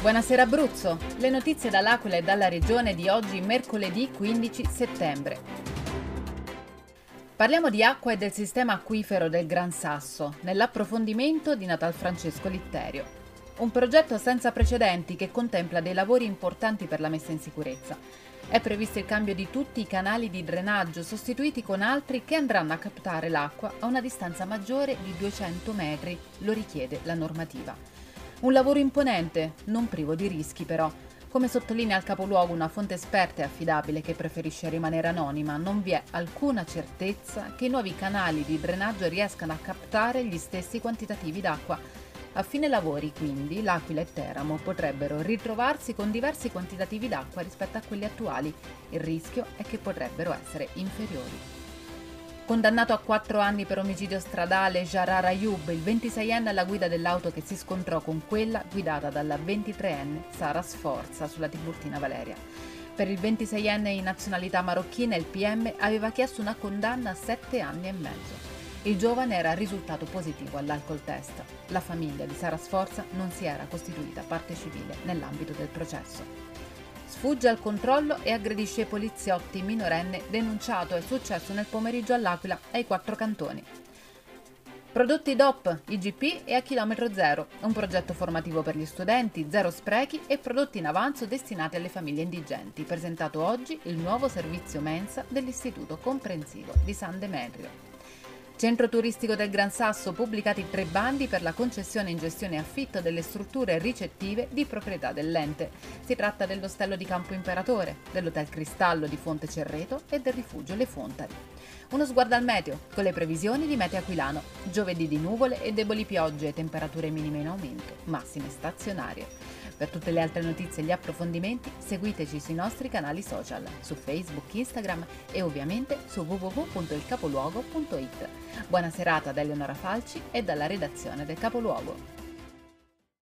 Buonasera Abruzzo, le notizie dall'Aquila e dalla regione di oggi mercoledì 15 settembre. Parliamo di acqua e del sistema acquifero del Gran Sasso, nell'approfondimento di Francesco Litterio. Un progetto senza precedenti che contempla dei lavori importanti per la messa in sicurezza. È previsto il cambio di tutti i canali di drenaggio sostituiti con altri che andranno a captare l'acqua a una distanza maggiore di 200 metri, lo richiede la normativa. Un lavoro imponente, non privo di rischi però. Come sottolinea al capoluogo una fonte esperta e affidabile che preferisce rimanere anonima, non vi è alcuna certezza che i nuovi canali di drenaggio riescano a captare gli stessi quantitativi d'acqua. A fine lavori, quindi, L'Aquila e Teramo potrebbero ritrovarsi con diversi quantitativi d'acqua rispetto a quelli attuali. Il rischio è che potrebbero essere inferiori. Condannato a 4 anni per omicidio stradale, Jarar Ayub, il 26enne alla guida dell'auto che si scontrò con quella guidata dalla 23enne Sara Sforza sulla Tiburtina Valeria. Per il 26enne di nazionalità marocchina il PM aveva chiesto una condanna a 7 anni e mezzo. Il giovane era risultato positivo all'alcol test. La famiglia di Sara Sforza non si era costituita parte civile nell'ambito del processo. Sfugge al controllo e aggredisce i poliziotti, minorenne denunciato. È successo nel pomeriggio all'Aquila ai 4 cantoni. Prodotti DOP, IGP e a chilometro zero, un progetto formativo per gli studenti, zero sprechi e prodotti in avanzo destinati alle famiglie indigenti, presentato oggi il nuovo servizio mensa dell'Istituto Comprensivo di San Demetrio. Centro turistico del Gran Sasso, pubblicati 3 bandi per la concessione in gestione e affitto delle strutture ricettive di proprietà dell'ente. Si tratta dell'Ostello di Campo Imperatore, dell'Hotel Cristallo di Fonte Cerreto e del Rifugio Le Fontari. Uno sguardo al meteo, con le previsioni di Meteo Aquilano. Giovedì di nuvole e deboli piogge, temperature minime in aumento, massime stazionarie. Per tutte le altre notizie e gli approfondimenti seguiteci sui nostri canali social, su Facebook, Instagram e ovviamente su www.ilcapoluogo.it. Buona serata da Eleonora Falci e dalla redazione del Capoluogo.